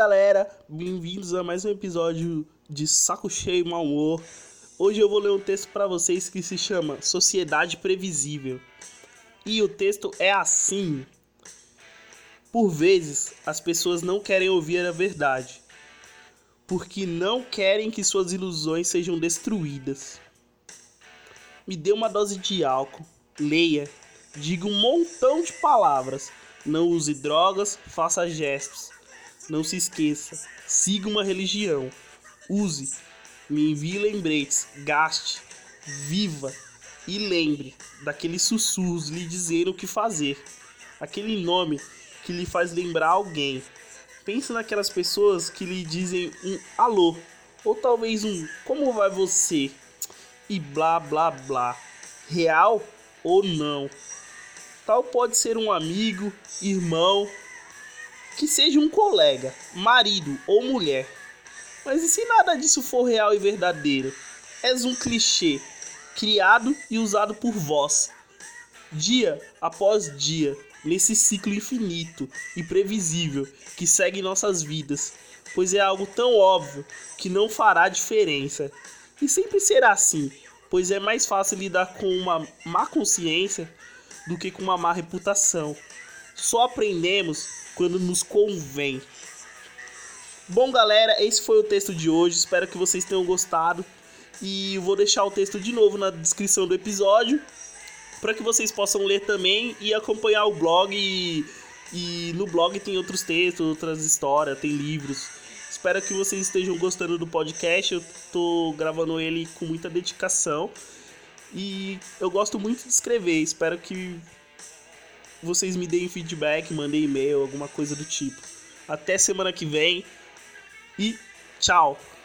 galera, bem-vindos a mais um episódio de Saco Cheio e Mau Humor. Hoje eu vou ler um texto pra vocês que se chama Sociedade Previsível. E o texto é assim: por vezes as pessoas não querem ouvir a verdade, porque não querem que suas ilusões sejam destruídas. Me dê uma dose de álcool, leia, diga um montão de palavras, não use drogas, faça gestos. Não se esqueça, siga uma religião, use, me envie lembretes, gaste, viva e lembre daqueles sussurros lhe dizendo o que fazer, aquele nome que lhe faz lembrar alguém. Pense naquelas pessoas que lhe dizem um alô, ou talvez um como vai você, e blá blá blá, real ou não. Tal pode ser um amigo, irmão, que seja um colega, marido ou mulher. Mas e se nada disso for real e verdadeiro? És um clichê, criado e usado por vós, dia após dia, nesse ciclo infinito e previsível que segue nossas vidas, pois é algo tão óbvio que não fará diferença. E sempre será assim, pois é mais fácil lidar com uma má consciência do que com uma má reputação. Só aprendemos quando nos convém. Bom, galera, esse foi o texto de hoje. Espero que vocês tenham gostado. E eu vou deixar o texto de novo na descrição do episódio, para que vocês possam ler também e acompanhar o blog. E no blog tem outros textos, outras histórias, tem livros. Espero que vocês estejam gostando do podcast. Eu tô gravando ele com muita dedicação. E eu gosto muito de escrever. Espero que vocês me deem feedback, mandem e-mail, alguma coisa do tipo. Até semana que vem e tchau!